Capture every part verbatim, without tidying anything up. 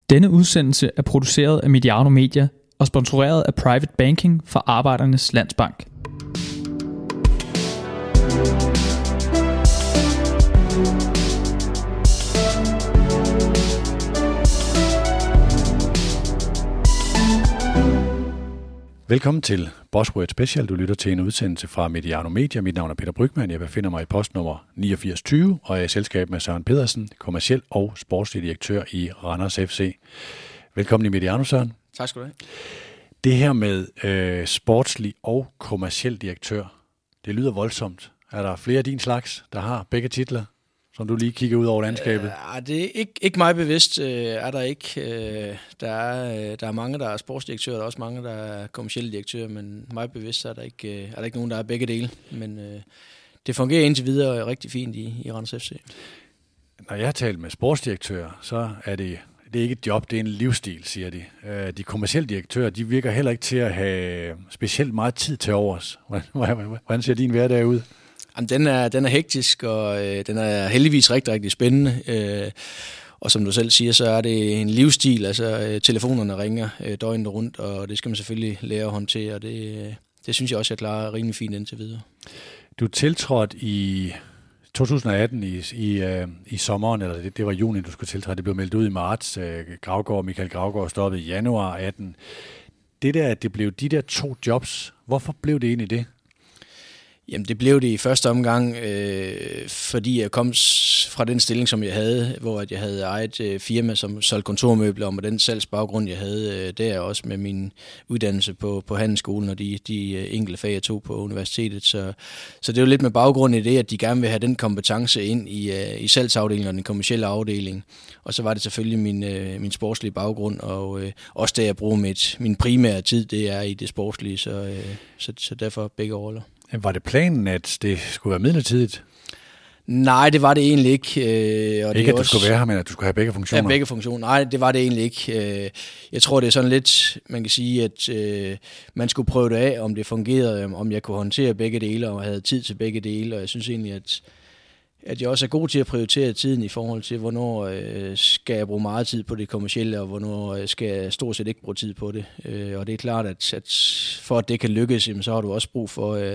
Denne udsendelse er produceret af Mediano Media og sponsoreret af Private Banking for Arbejdernes Landsbank. Velkommen til Buzzword Special. Du lytter til en udsendelse fra Mediano Media. Mit navn er Peter Brygmann. Jeg befinder mig i postnummer niogfirs tyve, og jeg er i selskab med Søren Pedersen, kommerciel og sportslig direktør i Randers F C. Velkommen i Mediano, Søren. Tak skal du have. Det her med øh, sportslig og kommerciel direktør, det lyder voldsomt. Er der flere af din slags, der har begge titler, som du lige kigger ud over landskabet? Uh, det er ikke, ikke mig bevidst, uh, er der ikke. Uh, der, er, uh, der er mange, der er sportsdirektører, der er også mange, der er kommercielle direktører, men mig bevidst er der ikke, uh, er der ikke nogen, der er begge dele. Men uh, det fungerer indtil videre rigtig fint i, i Randers F C. Når jeg har talt med sportsdirektører, så er det, det er ikke et job, det er en livsstil, siger de. Uh, de kommercielle direktører, de virker heller ikke til at have specielt meget tid til overs. Hvordan, hvordan ser din hverdag ud? Jamen, den er, den er hektisk, og øh, den er heldigvis rigtig, rigtig spændende. Øh, og som du selv siger, så er det en livsstil. Altså, øh, telefonerne ringer øh, døgnet rundt, og det skal man selvfølgelig lære at håndtere. Og det, øh, det synes jeg også, jeg klarer rimelig fint indtil videre. Du tiltrådte i to tusind atten i, i, øh, i sommeren, eller det, det var juni, du skulle tiltræde. Det blev meldt ud i marts. Øh, Gravgaard, Michael Gravgaard stoppede i januar atten. Det der, det blev de der to jobs. Hvorfor blev det egentlig det? Jamen det blev det i første omgang, øh, fordi jeg kom fra den stilling, som jeg havde, hvor jeg havde ejet øh, firma, som solgte kontormøbler, og med den salgsbaggrund, jeg havde øh, der, også med min uddannelse på, på handelsskolen og de, de øh, enkelte fag, jeg tog på universitetet. Så, så det var lidt med baggrund i det, at de gerne vil have den kompetence ind i, øh, i salgsafdelingen og den kommercielle afdeling. Og så var det selvfølgelig min, øh, min sportslige baggrund, og øh, også det, jeg bruger mit, min primære tid, det er i det sportslige, så, øh, så, så derfor begge roller. Var det planen, at det skulle være midlertidigt? Nej, det var det egentlig ikke. Øh, og ikke, det at du også skulle være her, men at du skulle have begge funktioner? Ja, begge funktioner. Nej, det var det egentlig ikke. Øh, jeg tror, det er sådan lidt, man kan sige, at øh, man skulle prøve det af, om det fungerede, om jeg kunne håndtere begge dele, og havde tid til begge dele. Og jeg synes egentlig, at, at jeg også er god til at prioritere tiden i forhold til, hvornår øh, skal jeg bruge meget tid på det kommercielle, og hvornår skal jeg stort set ikke bruge tid på det. Øh, og det er klart, at, at for at det kan lykkes, jamen, så har du også brug for... Øh,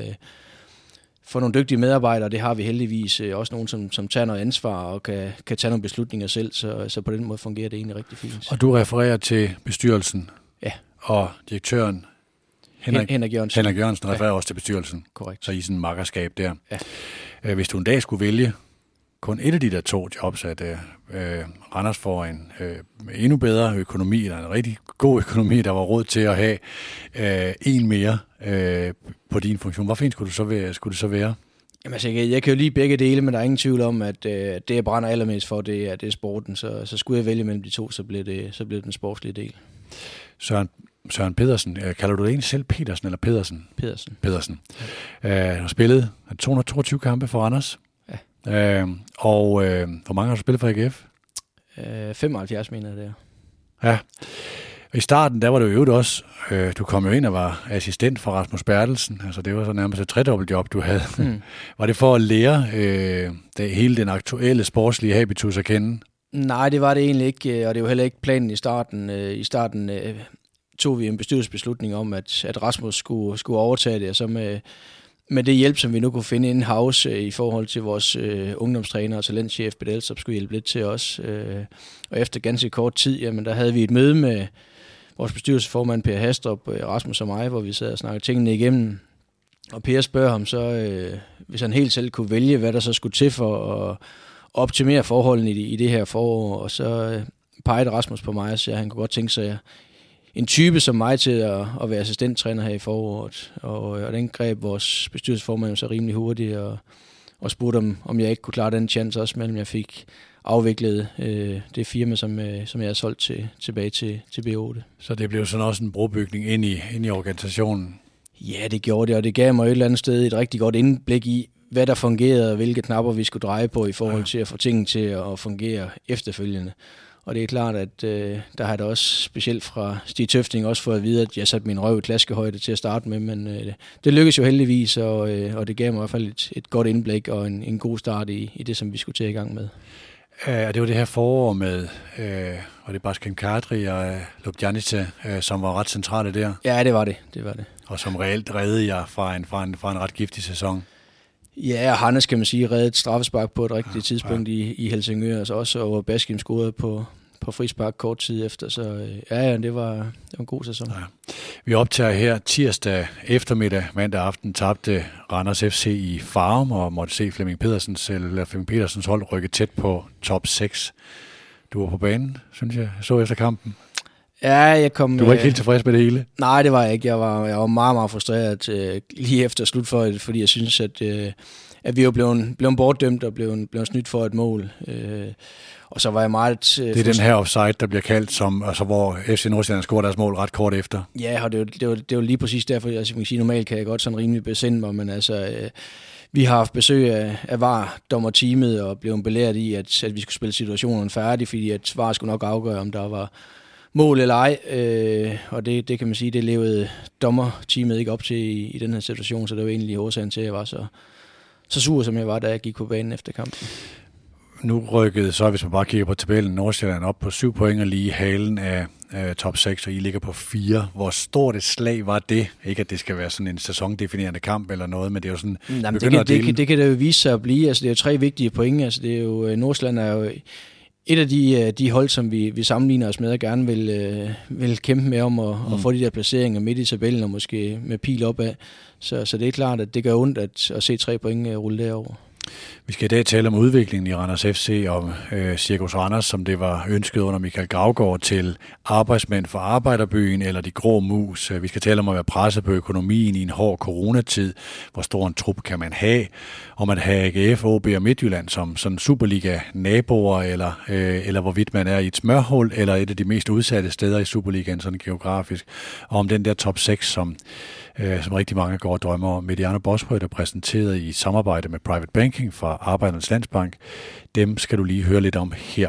For nogle dygtige medarbejdere, det har vi heldigvis også nogen, som, som tager noget ansvar og kan, kan tage nogle beslutninger selv, så, så på den måde fungerer det egentlig rigtig fint. Og du refererer til bestyrelsen, ja, og direktøren Henrik, Henrik Jørgensen, Henrik Jørgensen refererer ja også til bestyrelsen. Korrekt. Så I sådan en makkerskab der. Ja. Hvis du en dag skulle vælge kun et af de der to jobs, at øh, Randers får en øh, endnu bedre økonomi, eller en rigtig god økonomi, der var råd til at have øh, en mere øh, på din funktion. Hvor fint skulle, du så være, skulle det så være? Jamen, altså, jeg, jeg kan jo lide begge dele, men der er ingen tvivl om, at øh, det, jeg brænder allermest for, det er, det er sporten. Så, så skulle jeg vælge mellem de to, så blev det, så blev det den sportslige del. Søren, Søren Pedersen, kalder du det egentlig selv Petersen eller Pedersen? Pedersen. Pedersen. Ja. Øh, du har spillet to hundrede og toogtyve kampe for Randers. Ja. Øh, og øh, hvor mange har du spillet for A G F? Øh, femoghalvfjerds mener jeg det er. Ja. Og i starten, der var det jo øvrigt også, øh, du kom jo ind og var assistent for Rasmus Bertelsen. Altså det var så nærmest et tredobbelt job, du havde. Mm. Var det for at lære øh, det, hele den aktuelle sportslige habitus at kende? Nej, det var det egentlig ikke, og det var heller ikke planen i starten. I starten øh, tog vi en bestyrelsesbeslutning om, at, at Rasmus skulle, skulle overtage det, og så med... Med det hjælp, som vi nu kunne finde in-house øh, i forhold til vores øh, ungdomstræner og talentchef, Bedel, som skulle hjælpe lidt til os. Øh, og efter ganske kort tid, jamen, der havde vi et møde med vores bestyrelsesformand, Per Hastrup, øh, Rasmus og mig, hvor vi sad og snakkede tingene igennem. Og Per spørger ham så, øh, hvis han helt selv kunne vælge, hvad der så skulle til for at optimere forholdene i, i det her forår. Og så øh, pegede Rasmus på mig og sagde, at han kunne godt tænke sig en type som mig til at, at være assistenttræner her i foråret. Og, og den greb vores bestyrelsesformand så rimelig hurtigt, og, og spurgte om, om jeg ikke kunne klare den chance også, mellem jeg fik afviklet øh, det firma, som, øh, som jeg har solgt til, tilbage til, til B otte. Så det blev sådan også en brobygning ind i, ind i organisationen? Ja, det gjorde det, og det gav mig et eller andet sted et rigtig godt indblik i, hvad der fungerede, og hvilke knapper vi skulle dreje på i forhold til at få tingene til at fungere efterfølgende. Og det er klart, at øh, der har det også specielt fra Stig Tøfting også fået at vide, at jeg satte min røv i klaskehøjde til at starte med, men øh, det lykkedes jo heldigvis, og, øh, og det gav mig i hvert fald et, et godt indblik og en, en god start i, i det, som vi skulle til i gang med. Uh, det var det her forår med, uh, og det er Baskem Kadri og uh, Lubjanice, uh, som var ret centrale der. Ja, det var det. det var det. Og som reelt reddede jer fra en, fra en, fra en ret giftig sæson. Ja, og Hannes, kan man sige, reddede et straffespark på et rigtigt ja, tidspunkt ja. i, i Helsingør, altså også, og Baskem scorede på, på frispark kort tid efter, så ja, ja det, var, det var en god sæson. Ja. Vi optager her tirsdag eftermiddag, mandag aften, tabte Randers F C i Farum, og måtte se Flemming Pedersens, eller Flemming Pedersens hold rykke tæt på top seks. Du var på banen, synes jeg, så efter kampen. Ja, jeg kom... Du var ikke helt tilfreds med det hele? Nej, det var jeg ikke. Jeg var, jeg var meget, meget frustreret øh, lige efter slut for det, fordi jeg synes, at, øh, at vi var blevet, blevet bortdømt og blevet, blevet snydt for et mål. Øh, og så var jeg meget... Øh, det er den her offside, der bliver kaldt, som, altså, hvor F C Nordsjælland scorer deres mål ret kort efter. Ja, og det var, det var, det var lige præcis derfor, jeg altså, sige, normalt kan jeg godt sådan rimelig besinde mig, men altså... Øh, vi har haft besøg af, af V A R-dommerteamet og blevet belært i, at, at vi skulle spille situationen færdig, fordi at V A R skulle nok afgøre, om der var mål eller ej, øh, og det, det kan man sige, det levede dommerteamet ikke op til i, i den her situation, så det var egentlig årsagen til, at jeg var så, så sur, som jeg var, da jeg gik på banen efter kampen. Nu rykkede så, hvis man bare kigger på tabellen, Nordsjælland op på syv point og lige halen af øh, top seks, og I ligger på fire. Hvor stort et slag var det? Ikke at det skal være sådan en sæsondefinerende kamp eller noget, men det er jo sådan... Jamen, det, kan, det, kan, det kan det jo vise sig at blive. Altså, det er jo tre vigtige point. Altså, det er jo, Nordsjælland er jo et af de, de hold, som vi, vi sammenligner os med og gerne vil, øh, vil kæmpe med om at, mm. at få de der placeringer midt i tabellen og måske med pil opad. Så, så det er klart, at det gør ondt at, at se tre point rulle derover. Vi skal i dag tale om udviklingen i Randers F C, om øh, Cirkus Randers, som det var ønsket under Michael Gravgaard, til arbejdsmænd for Arbejderbyen eller de grå mus. Vi skal tale om at være presset på økonomien i en hård coronatid. Hvor stor en trup kan man have? Om at have A G F, O B og Midtjylland som sådan Superliga-naboer, eller, øh, eller hvorvidt man er i et smørhul, eller et af de mest udsatte steder i Superligaen, sådan geografisk. Og om den der top seks, som, øh, som rigtig mange går og drømmer om. Mediano Bosrød er præsenteret i samarbejde med Private Banking fra Arbejdernes Landsbank. Dem skal du lige høre lidt om her.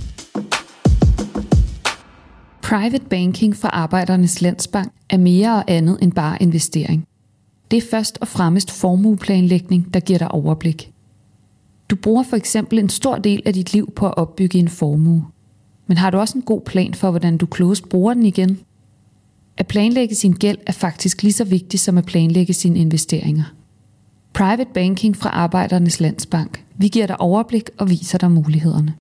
Private Banking fra Arbejdernes Landsbank er mere og andet end bare investering. Det er først og fremmest formueplanlægning, der giver dig overblik. Du bruger for eksempel en stor del af dit liv på at opbygge en formue. Men har du også en god plan for, hvordan du klogest bruger den igen? At planlægge sin gæld er faktisk lige så vigtigt som at planlægge sine investeringer. Private Banking fra Arbejdernes Landsbank. Vi giver dig overblik og viser dig mulighederne.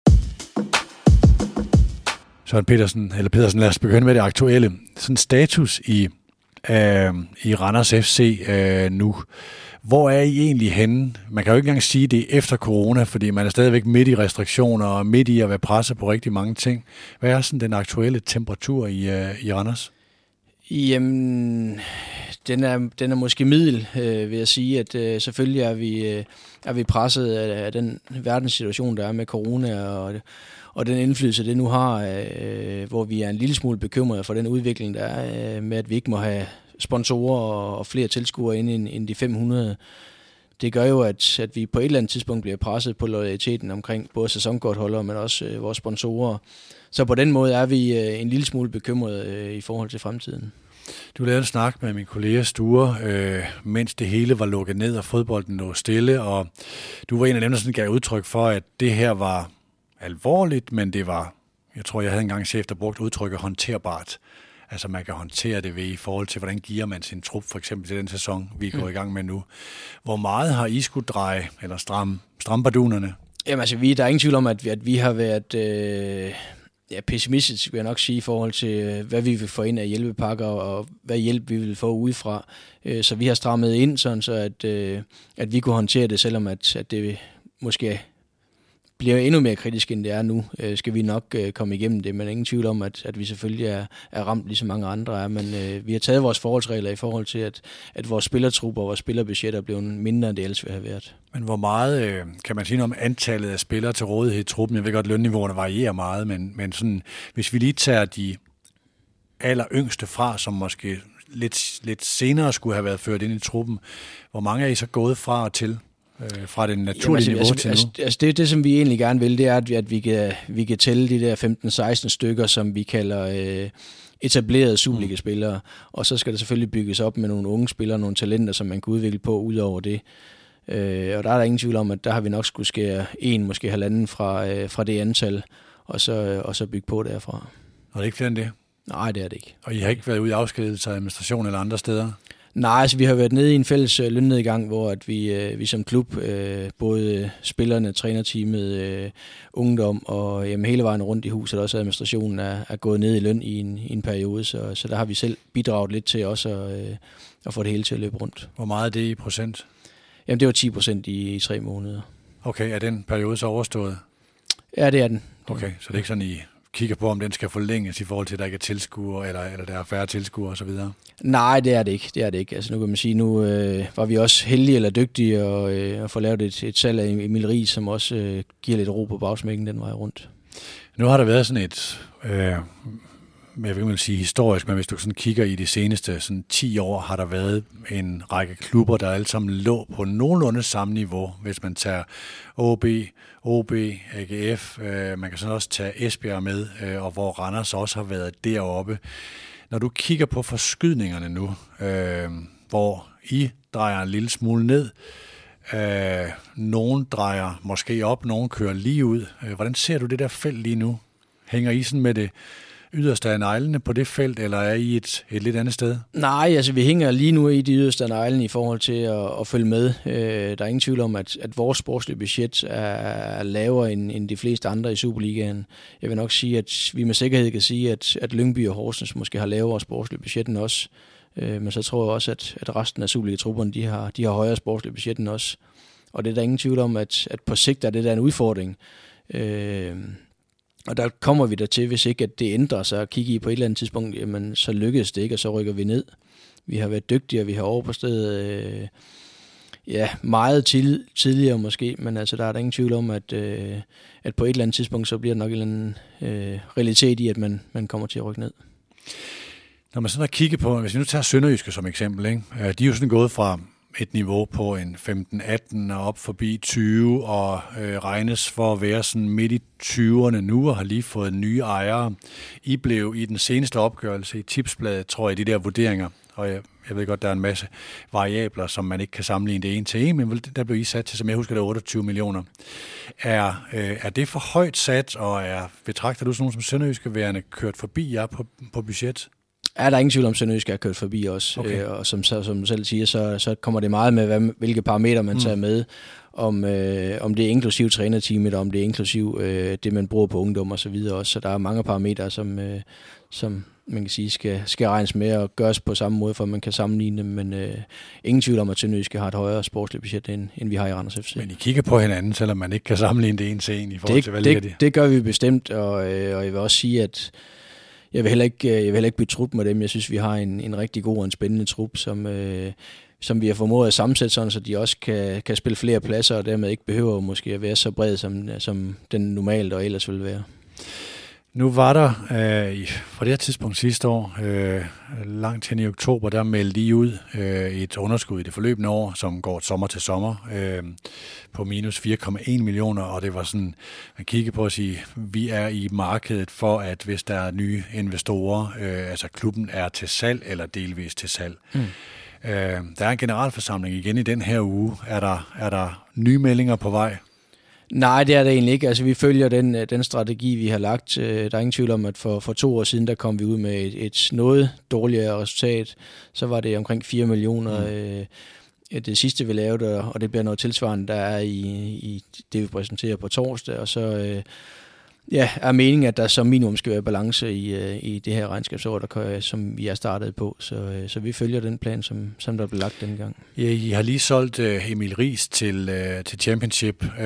Søren Petersen, eller Pedersen, lad os begynde med det aktuelle. Sådan status i, øh, i Randers F C øh, nu. Hvor er I egentlig henne? Man kan jo ikke engang sige det efter corona, fordi man er stadigvæk midt i restriktioner og midt i at være presset på rigtig mange ting. Hvad er sådan den aktuelle temperatur i, øh, i Randers? Jamen, den er, den er måske middel, øh, vil jeg sige, at øh, selvfølgelig er vi, øh, er vi presset af, af den verdenssituation, der er med corona, og, og den indflydelse, det nu har, øh, hvor vi er en lille smule bekymrede for den udvikling, der er øh, med, at vi ikke må have sponsorer og, og flere tilskuere ind end, end de fem hundrede. Det gør jo, at, at vi på et eller andet tidspunkt bliver presset på loyaliteten omkring både sæsonkortholdere, men også øh, vores sponsorer. Så på den måde er vi øh, en lille smule bekymrede øh, i forhold til fremtiden. Du lavede en snak med min kollega Sture, øh, mens det hele var lukket ned, og fodbolden lå stille, og du var en af dem, der sådan gav udtryk for, at det her var alvorligt, men det var, jeg tror, jeg havde engang en chef, der brugte udtrykket håndterbart. Altså man kan håndtere det ved i forhold til, hvordan giver man sin trup, for eksempel til den sæson, vi går mm. i gang med nu. Hvor meget har I skulle dreje, eller stramme, stramme bardunerne? Jamen altså, vi, der er ingen tvivl om, at vi, at vi har været... Øh Ja, pessimistisk vil jeg nok sige i forhold til, hvad vi vil få ind af hjælpepakker og hvad hjælp vi vil få udefra. Så vi har strammet ind, sådan så at, at vi kunne håndtere det, selvom at, at det måske bliver endnu mere kritisk, end det er nu. Skal vi nok komme igennem det, men ingen tvivl om, at, at vi selvfølgelig er, er ramt, ligesom mange andre er. Men øh, vi har taget vores forholdsregler i forhold til, at, at vores spillertrupper og vores spillerbudget er blevet mindre, end det ellers ville have været. Men hvor meget, øh, kan man sige noget om antallet af spillere til rådighed i truppen? Jeg ved godt, at lønniveauerne varierer meget, men, men sådan, hvis vi lige tager de aller yngste fra, som måske lidt, lidt senere skulle have været ført ind i truppen, hvor mange er I så gået fra og til? Fra den naturlige Jamen, altså, niveau altså, til nu? Altså det, det, som vi egentlig gerne vil, det er, at vi, at vi, kan, vi kan tælle de der femten seksten stykker, som vi kalder øh, etablerede Superliga-spillere. Mm. Og så skal der selvfølgelig bygges op med nogle unge spillere, nogle talenter, som man kan udvikle på ud over det. Øh, og der er der ingen tvivl om, at der har vi nok skulle skære en, måske halvanden fra, øh, fra det antal, og så, øh, og så bygge på derfra. Og det er ikke flere end det? Nej, det er det ikke. Og I har ikke været ude i afskedelse af administration eller andre steder? Nej, altså vi har været nede i en fælles øh, lønnedgang, hvor at vi, øh, vi som klub, øh, både spillerne, trænerteamet, øh, ungdom og jamen, hele vejen rundt i huset, også administrationen er, er gået ned i løn i en, i en periode, så, så der har vi selv bidraget lidt til også at, øh, at få det hele til at løbe rundt. Hvor meget er det i procent? Jamen det var ti procent i, i tre måneder. Okay, er den periode så overstået? Ja, det er den. Okay, så det er ikke sådan, I kigger på, om den skal forlænges i forhold til, at der ikke er tilskuere, eller, eller der er færre tilskuere osv.? Nej, det er det ikke. Det er det ikke. Altså nu kan man sige, nu øh, var vi også heldige eller dygtige og, øh, at få lavet et, et salg af Emil Ries, som også øh, giver lidt ro på bagsmækken den vej rundt. Nu har der været sådan et, øh, jeg vil sige historisk, men hvis du sådan kigger i de seneste sådan ti år, har der været en række klubber, der alle sammen lå på nogenlunde samme niveau. Hvis man tager O B, O B, A G F, øh, man kan sådan også tage Esbjerg med, øh, og hvor Randers også har været deroppe. Når du kigger på forskydningerne nu, øh, hvor I drejer en lille smule ned, øh, nogen drejer måske op, nogen kører lige ud. Øh, hvordan ser du det der felt lige nu? Hænger I sådan med det yderste af neglene på det felt, eller er I et, et lidt andet sted? Nej, altså vi hænger lige nu i de yderste af neglene i forhold til at, at følge med. Øh, der er ingen tvivl om, at, at vores sportslige budget er lavere end, end de fleste andre i Superligaen. Jeg vil nok sige, at vi med sikkerhed kan sige, at, at Lyngby og Horsens måske har lavere sportslige budget end os. Øh, men så tror jeg også, at, at resten af Superliga-trupperne, de har, de har højere sportslige budget end os. Og det er der ingen tvivl om, at, at på sigt er det der en udfordring. Øh, Og der kommer vi der til, hvis ikke at det ændrer sig, og kigge i på et eller andet tidspunkt, jamen, så lykkes det ikke, og så rykker vi ned. Vi har været dygtige, og vi har overpræsteret øh, ja, meget tid, tidligere måske, men altså, der er der ingen tvivl om, at, øh, at på et eller andet tidspunkt, så bliver der nok en eller anden øh, realitet i, at man, man kommer til at rykke ned. Når man sådan har kigget på, hvis vi nu tager Sønderjyske som eksempel, ikke? De er jo sådan gået fra et niveau på en femten atten og op forbi tyve og øh, regnes for at være sådan midt i tyverne nu og har lige fået nye ejere. I blev i den seneste opgørelse i Tipsbladet, tror jeg, de der vurderinger, og jeg, jeg ved godt, der er en masse variabler, som man ikke kan sammenligne det en til en, men der blev I sat til, som jeg husker, det er otteogtyve millioner. Er, øh, er det for højt sat, og er, betragter du sådan nogen som Sønderjyske værende kørt forbi jer på, på budget? Ja, der er ingen tvivl om, at Sønderjysk er kørt forbi os, okay. øh, og som, som du selv siger, så, så kommer det meget med, hvad, hvilke parametre man mm. tager med, om, øh, om det er inklusiv trænerteamet, om det er inklusiv øh, det, man bruger på ungdom og så videre også. Så der er mange parametre, som, øh, som man kan sige, skal, skal regnes med og gøres på samme måde, for at man kan sammenligne dem, men øh, ingen tvivl om, at Sønderjysk har et højere sportsligt budget, end, end vi har i Randers F C. Men I kigger på hinanden, selvom man ikke kan sammenligne det en til en i forhold det, til, hvad det, ligger de? Det gør vi bestemt, og, øh, og jeg vil også sige, at Jeg vil heller ikke, jeg vil heller ikke blive trup med dem. Jeg synes, vi har en, en rigtig god og en spændende trup, som, øh, som vi har formået at sammensætte sådan, så de også kan, kan spille flere pladser, og dermed ikke behøver måske at være så bred, som, som den normalt og ellers vil være. Nu var der øh, fra det her tidspunkt sidste år, øh, langt hen i oktober, der meldte I ud øh, et underskud i det forløbende år, som går sommer til sommer, øh, på minus fire komma en millioner, og det var sådan, man kiggede på at sige, vi er i markedet for, at hvis der er nye investorer, øh, altså klubben er til salg eller delvis til salg. Mm. Øh, der er en generalforsamling igen i den her uge. Er der, er der nye meldinger på vej? Nej, det er det egentlig ikke. Altså, vi følger den, den strategi, vi har lagt. Der er ingen tvivl om, at for, for to år siden, der kom vi ud med et, et noget dårligere resultat. Så var det omkring fire millioner. Mm. Det sidste, vi lavede, og det bliver noget tilsvarende, der er i, i det, vi præsenterer på torsdag. Og så ja, er meningen, at der som minimum skal være balance i, i det her regnskabsår, der, som vi er startet på. Så, så vi følger den plan, som, som der blev lagt denne gang. Ja, I har lige solgt uh, Emil Ries til, uh, til Championship, uh,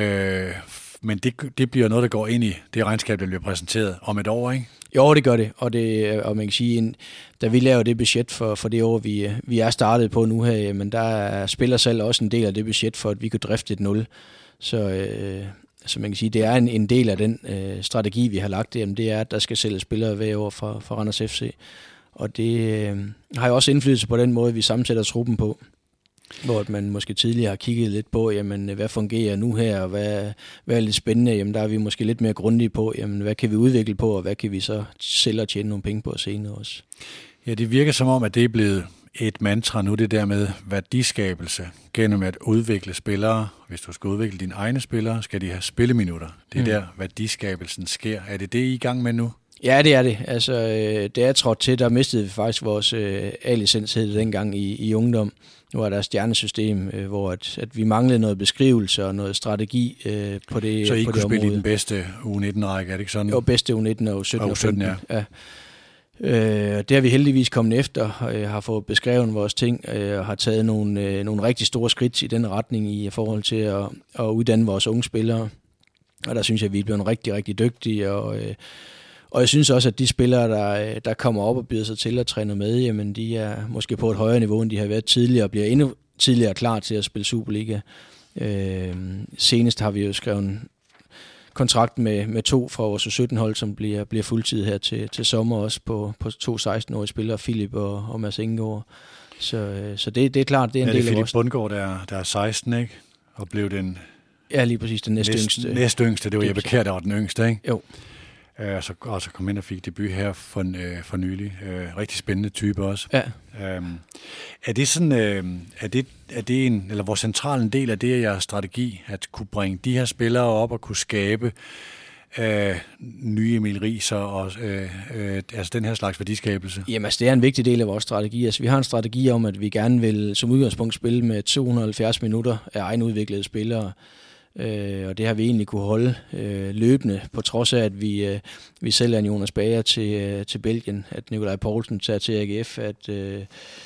men det, det bliver noget, der går ind i det regnskab, der bliver præsenteret om et år, ikke? Jo, det gør det, og, det, og man kan sige, en, da vi laver det budget for, for det år, vi, vi er startet på nu her, men der spiller selv også en del af det budget for, at vi kunne drifte et nul. Så... Øh, Så man kan sige, det er en, en del af den øh, strategi, vi har lagt. Jamen, det er, at der skal sælges spillere hver år fra, fra Randers F C. Og det øh, har jo også indflydelse på den måde, vi sammensætter truppen på. Hvor man måske tidligere har kigget lidt på, jamen, hvad fungerer nu her, og hvad, hvad er lidt spændende. Jamen, der er vi måske lidt mere grundige på, jamen, hvad kan vi udvikle på, og hvad kan vi så sælge og tjene nogle penge på senere også. Ja, det virker som om, at det er blevet et mantra nu, det der med værdiskabelse gennem at udvikle spillere. Hvis du skal udvikle dine egne spillere, skal de have spilleminutter. Det er mm. der, værdiskabelsen sker. Er det det, I er i gang med nu? Ja, det er det. Altså, øh, det er trådt til, der mistede vi faktisk vores øh, A-licens hed det dengang i, i ungdom. Nu er der et stjernesystem, øh, hvor at, at vi manglede noget beskrivelse og noget strategi øh, på det. Så I på kunne det spille i den bedste U nitten-række, er det ikke sådan? Jo, bedste U nitten og U sytten og U sytten, ja. ja. Øh, det har vi heldigvis kommet efter, og øh, har fået beskrevet vores ting, øh, og har taget nogle, øh, nogle rigtig store skridt i den retning i forhold til at, at uddanne vores unge spillere. Og der synes jeg, at vi er blevet rigtig, rigtig dygtige, og, øh, og jeg synes også, at de spillere, der, der kommer op og byder sig til at træne med, jamen de er måske på et højere niveau, end de har været tidligere, og bliver endnu tidligere klar til at spille Superliga. Øh, senest har vi jo skrevet kontrakt med, med to fra vores U sytten-hold, som bliver, bliver fuldtid her til, til sommer også på, på to seksten-årige spillere, Philip og, og Mads Ingegaard. Så, så det, det er klart, det er en ja, del af vores... af vores... Philip Bundgaard, der, der er seksten, ikke? Og blev den... Ja, lige præcis, den næste næst, yngste. Næste yngste, det var Jeppe Kjær, der var den yngste, ikke? Jo. Uh, så, og så kom ind og fik debut her for, uh, for nylig. Uh, rigtig spændende type også. Ja. Um, er det sådan, uh, er det, er det en, eller hvor central en del af det af jeres strategi, at kunne bringe de her spillere op og kunne skabe uh, nye Emil Riiser og uh, uh, altså den her slags værdiskabelse? Jamen altså, det er en vigtig del af vores strategi. Altså, vi har en strategi om, at vi gerne vil som udgangspunkt spille med to hundrede og halvfjerds minutter af egenudviklede spillere. Øh, og det har vi egentlig kunne holde øh, løbende, på trods af, at vi, øh, vi sælger en Jonas Bager til, øh, til Belgien, at Nikolaj Poulsen tager til A G F, at øh,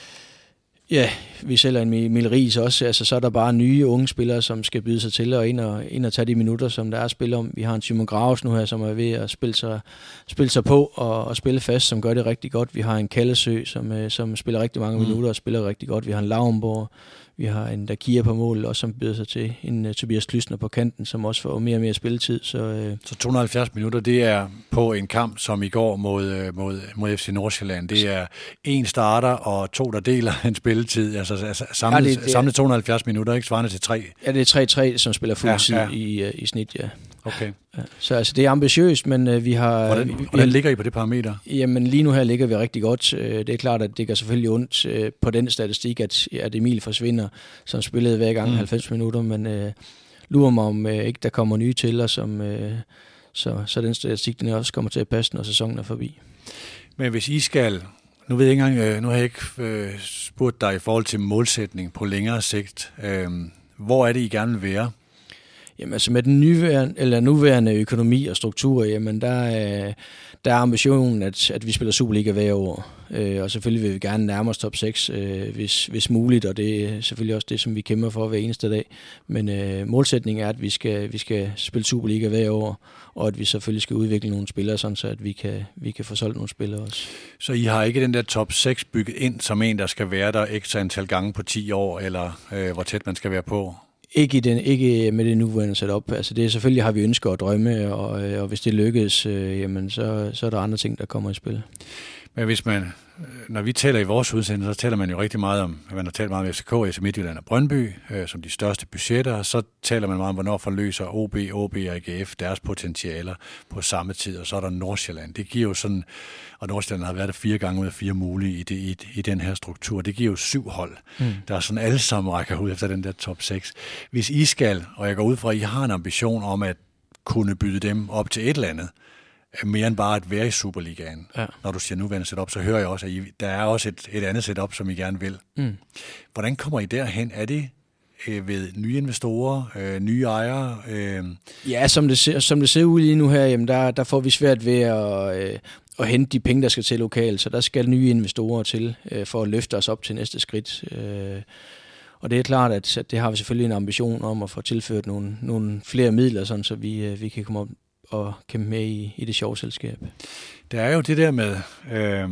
ja, vi sælger en Emil Riis også. Altså, så er der bare nye unge spillere, som skal byde sig til og ind og, ind og tage de minutter, som der er at spille om. Vi har en Simon Graves nu her, som er ved at spille sig, spille sig på og, og spille fast, som gør det rigtig godt. Vi har en Kallesø, som, øh, som spiller rigtig mange mm. minutter og spiller rigtig godt. Vi har en Lauenborg. Vi har en Dakia på mål, også som byder sig til. En uh, Tobias Klysner på kanten, som også får mere og mere spilletid. Så, uh... så to hundrede og halvfjerds minutter, det er på en kamp, som i går mod, mod, mod F C Nordsjælland. Det er en starter og to, der deler en spilletid. Altså, altså samlet, ja, det, det samlet to hundrede og halvfjerds minutter, ikke svarende til tre? Ja, det er tre tre, som spiller fuldtid ja, ja. i, uh, i snit, ja. Okay. Ja. Så altså, det er ambitiøst, men uh, vi har... Hvordan, vi, hvordan vi, ligger I på det parameter? Jamen lige nu her ligger vi rigtig godt. Uh, det er klart, at det gør selvfølgelig ondt uh, på den statistik, at, at Emil forsvinder, som spillede hver gang mm. halvfems minutter, men uh, lurer mig om uh, ikke der kommer nye til, og som, uh, så, så den statistik den også kommer til at passe, når sæsonen er forbi. Men hvis I skal... Nu ved jeg ikke engang, nu har jeg ikke øh, spurgt dig i forhold til målsætning på længere sigt. Øh, hvor er det, I gerne vil være? Jamen altså med den nuværende, eller nuværende økonomi og struktur, jamen der er, der er ambitionen, at, at vi spiller Superliga hver år. Øh, og selvfølgelig vil vi gerne nærme os top seks, øh, hvis, hvis muligt, og det er selvfølgelig også det, som vi kæmper for hver eneste dag. Men øh, målsætningen er, at vi skal, vi skal spille Superliga hver år, og at vi selvfølgelig skal udvikle nogle spillere, sådan så at vi kan, vi kan få solgt nogle spillere også. Så I har ikke den der top seks bygget ind som en, der skal være der ekstra antal gange på ti år, eller øh, hvor tæt man skal være på? Ikke, i den, ikke med det nuværende setup. Altså det er selvfølgelig har vi ønsker og drømme, og, og hvis det lykkes, øh, jamen så, så er der andre ting, der kommer i spil. Men hvis man, når vi taler i vores udsendelse, så taler man jo rigtig meget om, man har talt meget om F C K, F C Midtjylland og Brøndby, øh, som de største budgetter, og så taler man meget om, hvornår forløser O B, O B og A G F deres potentialer på samme tid, og så er der Nordsjælland. Det giver jo sådan, og Nordsjælland har været der fire gange ud af fire mulige i, det, i, i den her struktur, det giver jo syv hold, mm. der er sådan alle sammen rækker ud efter den der top seks. Hvis I skal, og jeg går ud fra, at I har en ambition om at kunne byde dem op til et eller andet, mere end bare at være i Superligaen. Ja. Når du siger nuværende setup, så hører jeg også, at I, der er også et, et andet setup, som I gerne vil. Mm. Hvordan kommer I derhen? Er det øh, ved nye investorer, øh, nye ejere? Øh? Ja, som det, ser, som det ser ud lige nu her, jamen der, der får vi svært ved at, øh, at hente de penge, der skal til lokalt, så der skal nye investorer til, øh, for at løfte os op til næste skridt. Øh, og det er klart, at, at det har vi selvfølgelig en ambition om at få tilført nogle, nogle flere midler, sådan, så vi, øh, vi kan komme op og kæmpe med i, i det sjove selskab. Der er jo det der med øh,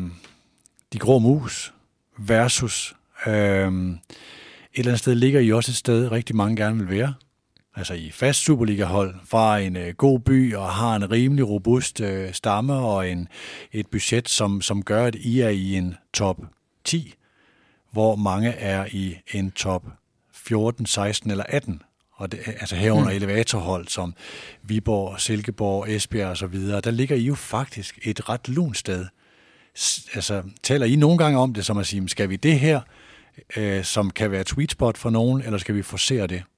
de grå mus versus øh, et eller andet sted ligger I også et sted, rigtig mange gerne vil være. Altså i fast Superliga-hold fra en øh, god by og har en rimelig robust øh, stamme og en, et budget, som, som gør, at I er i en top ti, hvor mange er i en top fjorten, seksten eller atten. Og det, altså herunder mm. elevatorhold som Viborg, Silkeborg, Esbjerg og så videre, der ligger I jo faktisk et ret lunt sted. Altså, taler I nogle gange om det, som at sige, skal vi det her, øh, som kan være et sweet spot for nogen, eller skal vi forsere det?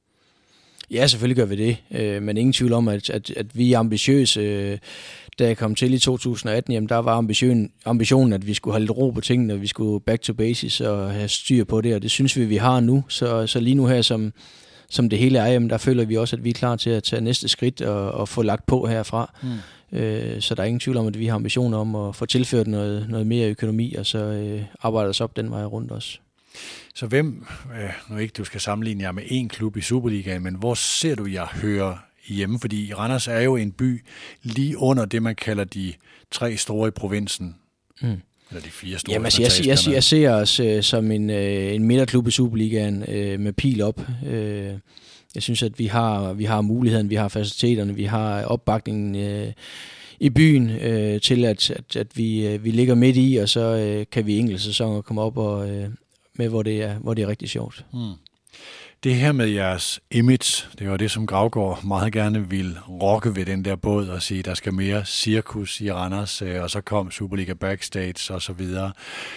Ja, selvfølgelig gør vi det, øh, men ingen tvivl om, at, at, at vi er ambitiøse. Øh, da jeg kom til i to tusind atten, jamen, der var ambition, ambitionen, at vi skulle have lidt ro på tingene, og vi skulle back to basis og have styr på det, og det synes vi, vi har nu. Så, så lige nu her, som, som det hele er, jamen, der føler vi også, at vi er klar til at tage næste skridt og, og få lagt på herfra. Mm. Øh, så der er ingen tvivl om, at vi har ambitioner om at få tilført noget, noget mere økonomi, og så øh, arbejde os op den vej rundt også. Så hvem, øh, nu ikke du skal sammenligne jer med én klub i Superligaen, men hvor ser du jer høre hjemme? Fordi Randers er jo en by lige under det, man kalder de tre store i provinsen. Mm. Eller de fire store. Jamen, altså, jeg, jeg, jeg, jeg ser os øh, som en, øh, en midterklub i Superligaen øh, med pil op. Øh, jeg synes, at vi har, vi har muligheden, vi har faciliteterne, vi har opbakningen øh, i byen øh, til, at, at, at vi, øh, vi ligger midt i, og så øh, kan vi i enkelte sæsoner komme op og... Øh, med, hvor det er, hvor det er rigtig sjovt. Hmm. Det her med jeres image, det var det, som Gravgaard meget gerne ville rokke ved den der båd og sige, der skal mere cirkus i Randers, og så kom Superliga Backstage og så videre.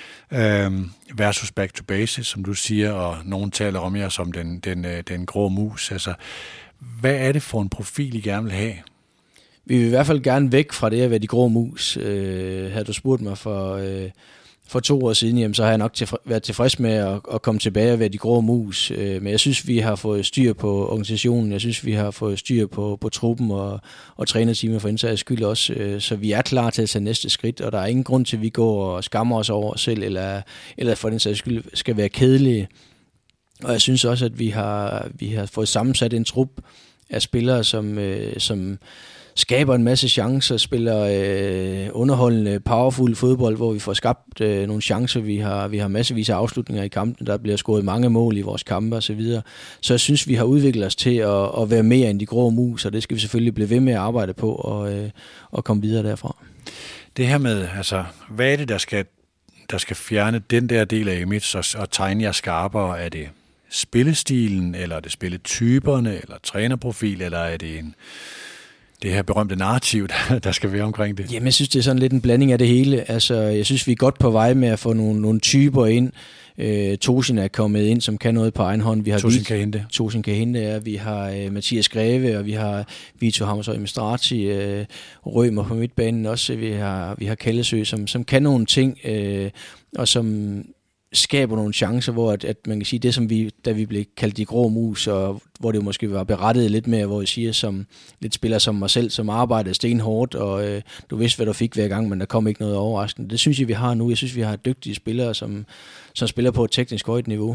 Øhm, versus Back to Basis, som du siger, og nogen taler om jer som den, den, den grå mus. Altså, hvad er det for en profil, I gerne vil have? Vi vil i hvert fald gerne væk fra det at være de grå mus. Øh, havde du spurgt mig for... Øh, For to år siden, jamen, så har jeg nok tilfre- været tilfreds med at, at komme tilbage og være de grå mus. Øh, men jeg synes, vi har fået styr på organisationen. Jeg synes, vi har fået styr på, på truppen og, og trænerteamet for indsags skyld også. Øh, så vi er klar til at tage næste skridt, og der er ingen grund til, at vi går og skammer os over os selv, eller, eller for indsags skyld skal være kedelige. Og jeg synes også, at vi har, vi har fået sammensat en trup af spillere, som... Øh, som skaber en masse chancer, spiller øh, underholdende, powerful fodbold, hvor vi får skabt øh, nogle chancer. Vi har, vi har massevis af afslutninger i kampen, der bliver scoret mange mål i vores kampe og så videre. Så jeg synes, vi har udviklet os til at, at være mere end de grå mus, og det skal vi selvfølgelig blive ved med at arbejde på og, øh, og komme videre derfra. Det her med, altså, hvad er det, der skal, der skal fjerne den der del af image og, og tegne jer skarpere? Er det spillestilen, eller er det spilletyperne, eller trænerprofil, eller er det en... det her berømte narrativ, der skal være omkring det? Jamen, jeg synes, det er sådan lidt en blanding af det hele. Altså, jeg synes, vi er godt på vej med at få nogle, nogle typer ind. Øh, Tosin er kommet ind, som kan noget på egen hånd. Vi har Tosin kan hente. Tosin kan hente, ja. Vi har øh, Mathias Greve, og vi har Vito Hammershøj Mestrati, øh, Rømer på midtbanen også. Vi har, vi har Kallesø, som, som kan nogle ting, øh, og som... skaber nogle chancer, hvor at, at man kan sige, det som vi, da vi blev kaldt de grå mus, og hvor det måske var berettet lidt mere, hvor jeg siger, som lidt spiller som mig selv, som arbejdede stenhårdt, og øh, du vidste, hvad du fik hver gang, men der kom ikke noget overraskende. Det synes jeg, vi har nu. Jeg synes, vi har dygtige spillere, som, som spiller på et teknisk højt niveau.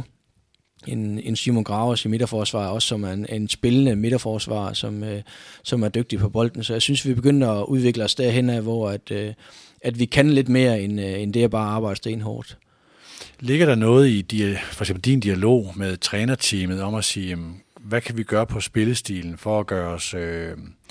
En, en Simon Gravers i midterforsvar, også som er en, en spillende midterforsvar, som, øh, som er dygtig på bolden. Så jeg synes, vi begynder at udvikle os derhen af, hvor at, øh, at vi kan lidt mere, end, øh, end det at bare arbejde stenhårdt. Ligger der noget i for eksempel din dialog med trænerteamet om at sige, hvad kan vi gøre på spillestilen for at gøre os, øh,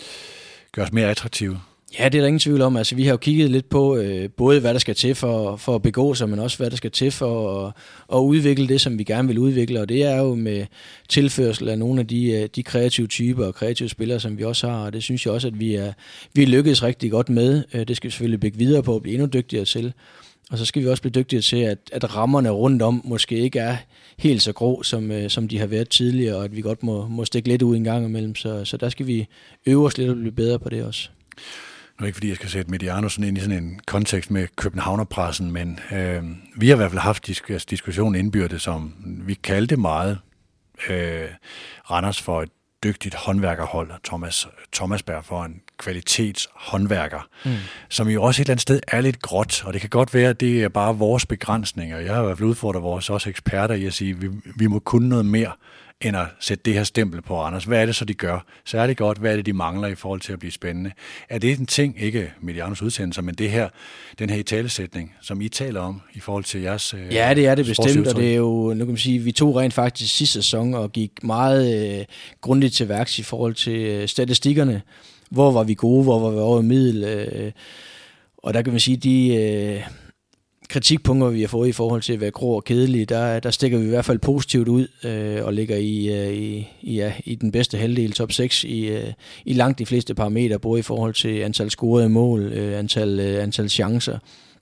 gøre os mere attraktive? Ja, det er der ingen tvivl om. Altså, vi har jo kigget lidt på øh, både, hvad der skal til for, for at begå sig, men også, hvad der skal til for at, at udvikle det, som vi gerne vil udvikle. Og det er jo med tilførsel af nogle af de, de kreative typer og kreative spillere, som vi også har. Og det synes jeg også, at vi er, vi er lykkedes rigtig godt med. Det skal vi selvfølgelig bygge videre på og blive endnu dygtigere til. Og så skal vi også blive dygtige til, at, at rammerne rundt om måske ikke er helt så grå, som, øh, som de har været tidligere, og at vi godt må, må stikke lidt ud en gang imellem. Så, så der skal vi øve os lidt og blive bedre på det også. Nu er ikke fordi, jeg skal sætte Mediano sådan ind i sådan en kontekst med Københavnerpressen, men øh, vi har i hvert fald haft disk- diskussion indbyrdes, som vi kaldte meget øh, Randers for et dygtigt håndværkerhold, og Thomas Thomasberg for en kvalitetshåndværker, mm. som jo også et eller andet sted er lidt gråt, og det kan godt være, at det er bare vores begrænsninger. Jeg har i hvert fald udfordret vores også eksperter i at sige, at vi, vi må kunne noget mere, end at sætte det her stempel på Randers. Hvad er det så, de gør? Så er det godt, hvad er det, de mangler i forhold til at blive spændende? Er det en ting, ikke Medianos udsendelser, men det her, den her italesætning, som I taler om i forhold til jeres øh, Ja, det er det bestemt, og det er jo, nu kan man sige, vi tog rent faktisk sidste sæson og gik meget øh, grundigt til værks i forhold til øh, statistikkerne. Hvor var vi gode, hvor var vi over middel, øh, og der kan man sige, de øh, kritikpunkter, vi har fået i forhold til at være grå og kedelige, der, der stikker vi i hvert fald positivt ud øh, og ligger i, øh, i, ja, i den bedste halvdel, top seks, i, øh, i langt de fleste parametre, både i forhold til antal scorede mål, øh, antal, øh, antal chancer.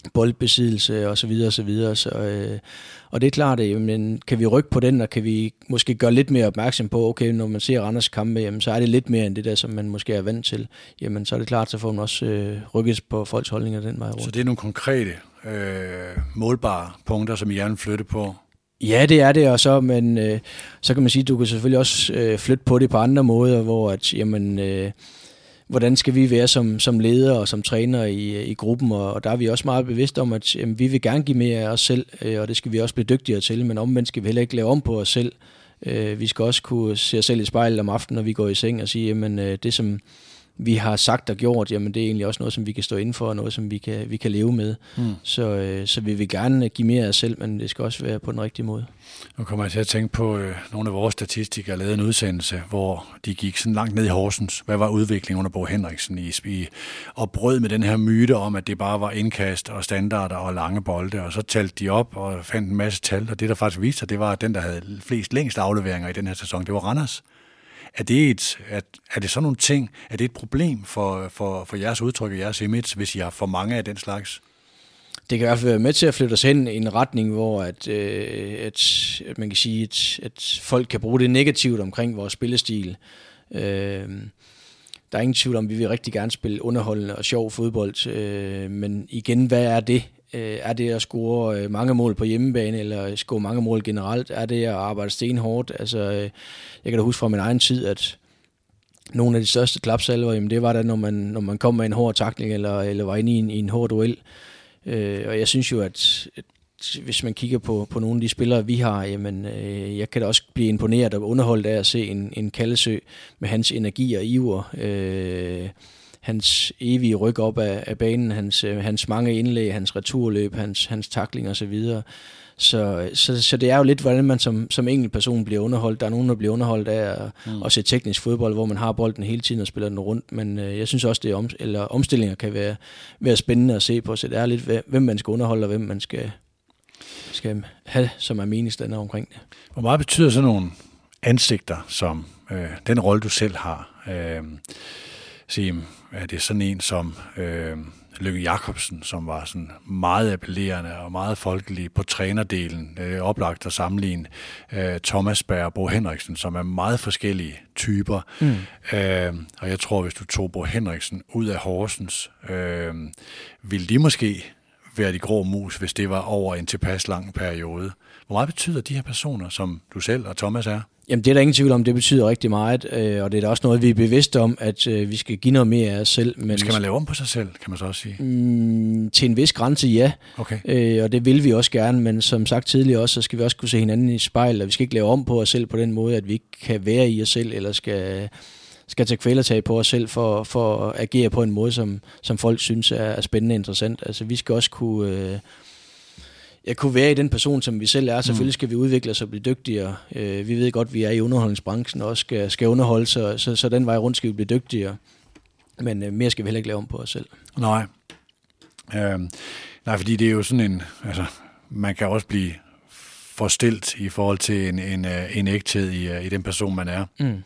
boldbesiddelse og så videre og så videre. Så, øh, og det er klart, at men kan vi rykke på den, og kan vi måske gøre lidt mere opmærksom på, okay, når man ser Randers kampe, jamen, så er det lidt mere end det der, som man måske er vant til. Jamen, så er det klart, så får man også øh, rykket på folks holdninger den vej rundt. Så det er nogle konkrete, øh, målbare punkter, som I gerne vil flytte på? Ja, det er det, og så, men, øh, så kan man sige, at du kan selvfølgelig også øh, flytte på det på andre måder, hvor at, jamen, øh, hvordan skal vi være som, som ledere og som træner i, i gruppen, og, og der er vi også meget bevidste om, at jamen, vi vil gerne give mere af os selv, øh, og det skal vi også blive dygtigere til, men omvendt skal vi heller ikke lave om på os selv. Øh, vi skal også kunne se os selv i spejlet om aftenen, når vi går i seng, og sige, jamen øh, det som vi har sagt og gjort, jamen det er egentlig også noget, som vi kan stå inden for, og noget, som vi kan, vi kan leve med. Mm. Så, øh, så vi vil gerne give mere af os selv, men det skal også være på den rigtige måde. Nu kommer jeg til at tænke på, øh, nogle af vores statistikere lavede en udsendelse, hvor de gik sådan langt ned i Horsens. Hvad var udviklingen under Bo Henriksen i, i og brød med den her myte om, at det bare var indkast og standarder og lange bolde, og så talte de op og fandt en masse tal, og det der faktisk viste sig, det var, at den, der havde flest længst afleveringer i den her sæson, det var Randers. Er det, et, er, er det sådan nogle ting, er det et problem for, for, for jeres udtryk og jeres image, hvis I har for mange af den slags? Det kan i hvert fald være med til at flytte os hen i en retning, hvor at, øh, at, at man kan sige, at, at folk kan bruge det negativt omkring vores spillestil. Øh, der er ingen tvivl om, at vi vil rigtig gerne spille underholdende og sjov fodbold, øh, men igen, hvad er det? Er det at score mange mål på hjemmebane, eller score mange mål generelt? Er det at arbejde stenhårdt? Altså, jeg kan da huske fra min egen tid, at nogle af de største klapsalver, jamen det var da, når man, når man kom med en hård tackling, eller, eller var inde i en, i en hård duel. Og jeg synes jo, at, at hvis man kigger på, på nogle af de spillere, vi har, jamen jeg kan da også blive imponeret og underholdt af at se en, en Kallesø med hans energi og iver, øh, hans evige ryk op af, af banen, hans, hans mange indlæg, hans returløb, hans, hans tackling og så videre. Så, så, så det er jo lidt, hvordan man som, som enkelt person bliver underholdt. Der er nogen, der bliver underholdt af at, mm. at se teknisk fodbold, hvor man har bolden hele tiden og spiller den rundt. Men øh, jeg synes også, det er om, eller omstillinger kan være, være spændende at se på. Så det er lidt, hvem man skal underholde, og hvem man skal, skal have, som er meningsstander omkring det. Hvor meget betyder sådan nogle ansigter, som øh, den rolle, du selv har? Øh, Sim, er det sådan en som øh, Lykke Jacobsen, som var sådan meget appellerende og meget folkelig på trænerdelen, øh, oplagt at sammenligne øh, Thomas Berg og Bo Henriksen, som er meget forskellige typer. Mm. Øh, og jeg tror, hvis du tog Bo Henriksen ud af Horsens, øh, ville de måske være de grå mus, hvis det var over en tilpas lang periode. Hvor meget betyder de her personer, som du selv og Thomas er? Jamen det er der ingen tvivl om, det betyder rigtig meget, øh, og det er da også noget, vi er bevidste om, at øh, vi skal give noget mere af os selv. Men skal man lave om på sig selv, kan man så også sige? Mm, til en vis grænse, ja. Okay. Øh, og det vil vi også gerne, men som sagt tidligere også, så skal vi også kunne se hinanden i spejl, og vi skal ikke lave om på os selv på den måde, at vi ikke kan være i os selv, eller skal, skal tage kvælertag på os selv for, for at agere på en måde, som, som folk synes er, er spændende og interessant. Altså vi skal også kunne... Øh, Jeg kunne være i den person, som vi selv er. Selvfølgelig skal vi udvikle os og blive dygtigere. Øh, vi ved godt, at vi er i underholdningsbranchen og også skal, skal underholde, så, så, så den vej rundt skal vi blive dygtigere. Men øh, mere skal vi heller ikke lave om på os selv. Nej. Øh, nej, fordi det er jo sådan en... Altså, man kan også blive forstilt i forhold til en, en, en ægthed i, i den person, man er. Mm.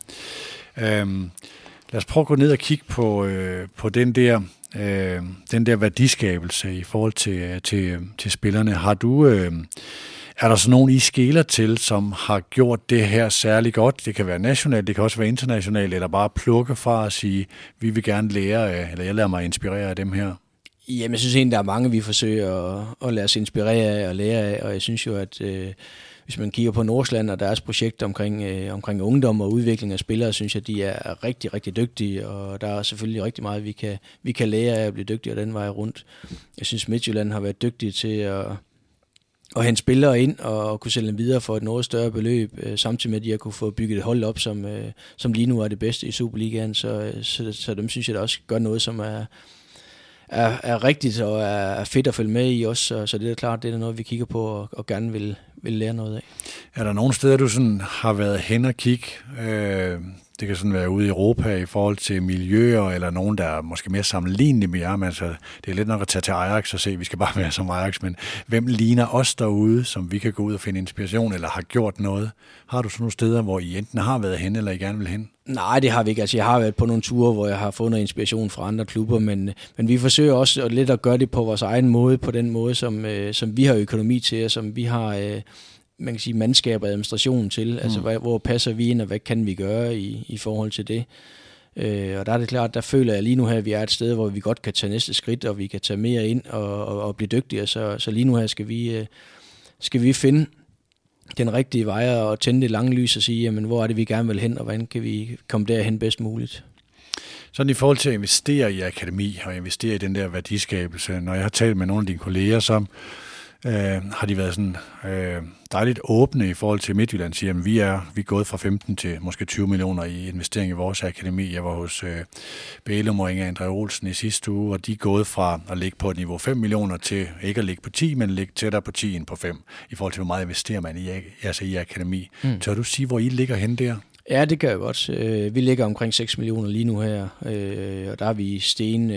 Øh, lad os prøve at gå ned og kigge på, øh, på den der... Øh, den der værdiskabelse i forhold til, til, til spillerne. Har du, øh, er der så nogen, I skeler til, som har gjort det her særlig godt? Det kan være nationalt, det kan også være internationalt, eller bare plukke fra at sige, vi vil gerne lære af, eller jeg lader mig inspirere af dem her? Jamen, jeg synes egentlig, der er mange, vi forsøger at, at lade os inspirere af og lære af, og jeg synes jo, at øh, hvis man kigger på Nordsjælland og deres projekt omkring, øh, omkring ungdom og udvikling af spillere, synes jeg, de er rigtig, rigtig dygtige, og der er selvfølgelig rigtig meget, vi kan, vi kan lære af at blive dygtige den vej rundt. Jeg synes, Midtjylland har været dygtige til at, at hente spillere ind og kunne sælge dem videre for et noget større beløb, øh, samtidig med, at de har kunne få bygget et hold op, som, øh, som lige nu er det bedste i Superligaen, så, så, så dem synes jeg, der også gør noget, som er Er, er rigtigt og er fedt at følge med i også, så, så det er klart, det er noget, vi kigger på og, og gerne vil, vil lære noget af. Er der nogle steder, du sådan har været hen og kigge? Øh, det kan sådan være ude i Europa i forhold til miljøer, eller nogen, der er måske mere sammenlignelige med jer. Men altså, det er lidt nok at tage til Ajax og se, vi skal bare være som Ajax, men hvem ligner os derude, som vi kan gå ud og finde inspiration, eller har gjort noget? Har du sådan nogle steder, hvor I enten har været hen, eller I gerne vil hen? Nej, det har vi ikke. Altså, jeg har været på nogle ture, hvor jeg har fået noget inspiration fra andre klubber, men, men vi forsøger også at lidt at gøre det på vores egen måde, på den måde, som, øh, som vi har økonomi til, og som vi har øh, man kan sige, mandskab og administration til. Mm. Altså, hvor, hvor passer vi ind, og hvad kan vi gøre i, i forhold til det? Øh, og der er det klart, der føler jeg lige nu her, at vi er et sted, hvor vi godt kan tage næste skridt, og vi kan tage mere ind og, og, og blive dygtigere. Så, så lige nu her skal vi, øh, skal vi finde den rigtige vej og tænde det lange lys og sige, jamen, hvor er det, vi gerne vil hen, og hvordan kan vi komme derhen bedst muligt. Sådan i forhold til at investere i akademi og investere i den der værdiskabelse, når jeg har talt med nogle af dine kolleger, så øh, har de været sådan øh, dejligt åbne i forhold til Midtjylland, siger, at vi er, vi er gået fra femten til måske tyve millioner i investering i vores akademi. Jeg var hos øh, Bælum og Inger Andre Olsen i sidste uge, og de er gået fra at ligge på et niveau fem millioner til ikke at ligge på ti, men ligge tættere på ti end på fem, i forhold til, hvor meget investerer man i, altså i akademi. Mm. Tør du sige, hvor I ligger hen der? Ja, det kan jeg godt. Vi ligger omkring seks millioner lige nu her, og der er vi sten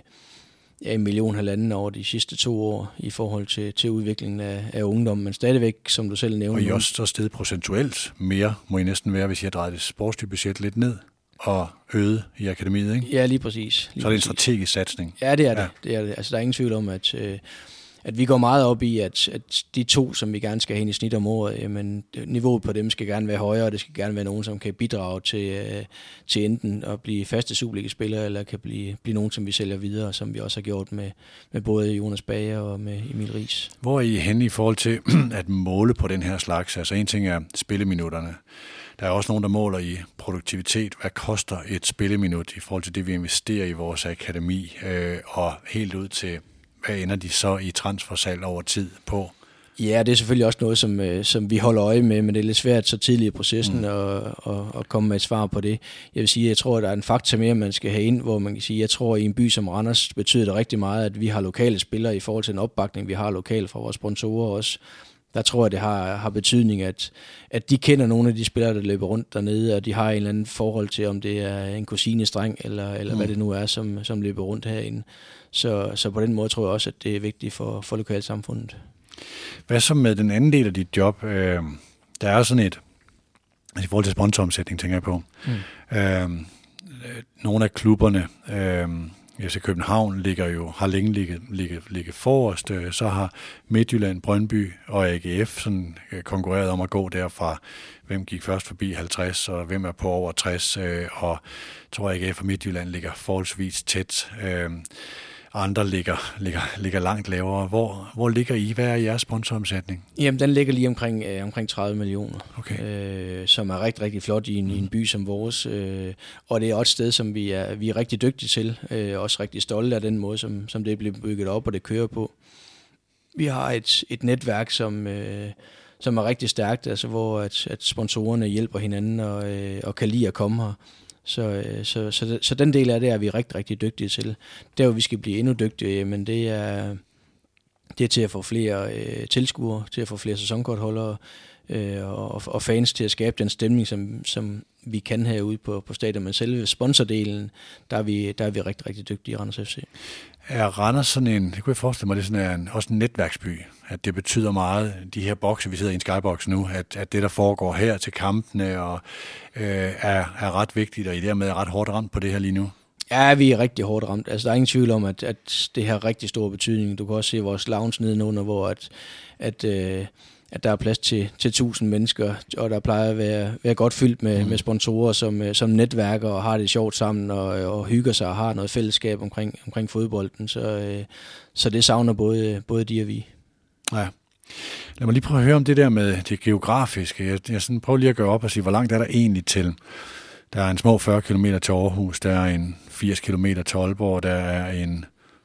ja, en million halvanden over de sidste to år i forhold til, til udviklingen af, af ungdom, men stadigvæk, som du selv nævnte. Og I også så steget procentuelt mere, må I næsten være, hvis I har drejet det sportslige budget lidt ned og øget i akademiet, ikke? Ja, lige præcis. Lige så er det en præcis. strategisk satsning. Ja, det er det. Ja. det, er det. Altså, der er ingen tvivl om, at, at vi går meget op i, at, at de to, som vi gerne skal have i snit om året, jamen, niveauet på dem skal gerne være højere, og det skal gerne være nogen, som kan bidrage til, til enten at blive faste Superliga-spillere, eller kan blive, blive nogen, som vi sælger videre, som vi også har gjort med, med både Jonas Bager og med Emil Riis. Hvor er I henne i forhold til at måle på den her slags? Altså en ting er spilleminutterne. Der er også nogen, der måler i produktivitet. Hvad koster et spilleminut i forhold til det, vi investerer i vores akademi? Øh, og helt ud til, hvad ender de så i transfersalg over tid på? Ja, det er selvfølgelig også noget, som, som vi holder øje med, men det er lidt svært så tidligt i processen mm. at, at, at komme med et svar på det. Jeg vil sige, jeg tror, at der er en faktor mere, man skal have ind, hvor man kan sige, jeg tror, at i en by som Randers betyder det rigtig meget, at vi har lokale spillere i forhold til en opbakning, vi har lokalt fra vores sponsorer også. Der tror jeg, det har, har betydning, at, at de kender nogle af de spillere, der løber rundt dernede, og de har en eller anden forhold til, om det er en kusinestreng, eller, eller mm. hvad det nu er, som, som løber rundt herinde. Så, så på den måde tror jeg også, at det er vigtigt for, for lokalsamfundet. Hvad så med den anden del af dit job? Øh, der er sådan et, altså i forhold til sponsoromsætning, tænker jeg på. Mm. Øh, nogle af klubberne, øh, F C København ligger jo, har længe ligget, ligget, ligget forrest. Så har Midtjylland, Brøndby og A G F sådan konkurreret om at gå derfra. Hvem gik først forbi halvtreds, og hvem er på over tres. Og jeg tror, A G F og Midtjylland ligger forholdsvis tæt. Andre ligger, ligger, ligger langt lavere. Hvor, hvor ligger I? Hvad er jeres sponsoromsætning? Jamen, den ligger lige omkring, øh, omkring tredive millioner, okay. øh, som er rigtig, rigtig flot i en, mm. i en by som vores. Øh, og det er også et sted, som vi er, vi er rigtig dygtige til. Øh, også rigtig stolte af den måde, som, som det bliver bygget op, og det kører på. Vi har et, et netværk, som, øh, som er rigtig stærkt, altså hvor at, at sponsorerne hjælper hinanden og, øh, og kan lide at komme her. Så, så, så, så den del af det er vi rigtig, rigtig dygtige til. Der hvor vi skal blive endnu dygtigere, men det er, det er til at få flere øh, tilskuere, til at få flere sæsonkortholdere øh, og, og fans til at skabe den stemning, som, som vi kan herude på, på stadion. Men selve sponsordelen, der er vi, der er vi rigtig, rigtig dygtige i Randers F C. Er Randers sådan en, det kunne jeg forestille mig, det er sådan en, også en netværksby, at det betyder meget, de her bokse, vi sidder i en skybox nu, at, at det, der foregår her til kampene, og, øh, er, er ret vigtigt, og I dermed er ret hårdt ramt på det her lige nu? Ja, vi er rigtig hårdt ramt. Altså, der er ingen tvivl om, at, at det har rigtig stor betydning. Du kan også se vores lounge nedenunder, hvor at, at, øh, at der er plads til, til tusind mennesker, og der plejer at være, være godt fyldt med, mm. med sponsorer, som, som netværker og har det sjovt sammen, og, og hygger sig og har noget fællesskab omkring, omkring fodbolden. Så, øh, så det savner både, både de og vi. Ja. Lad mig lige prøve at høre om det der med det geografiske. Jeg, jeg sådan prøver lige at gøre op og sige, hvor langt er der egentlig til? Der er en små fyrre kilometer til Aarhus, der er en firs kilometer til Aalborg, der er en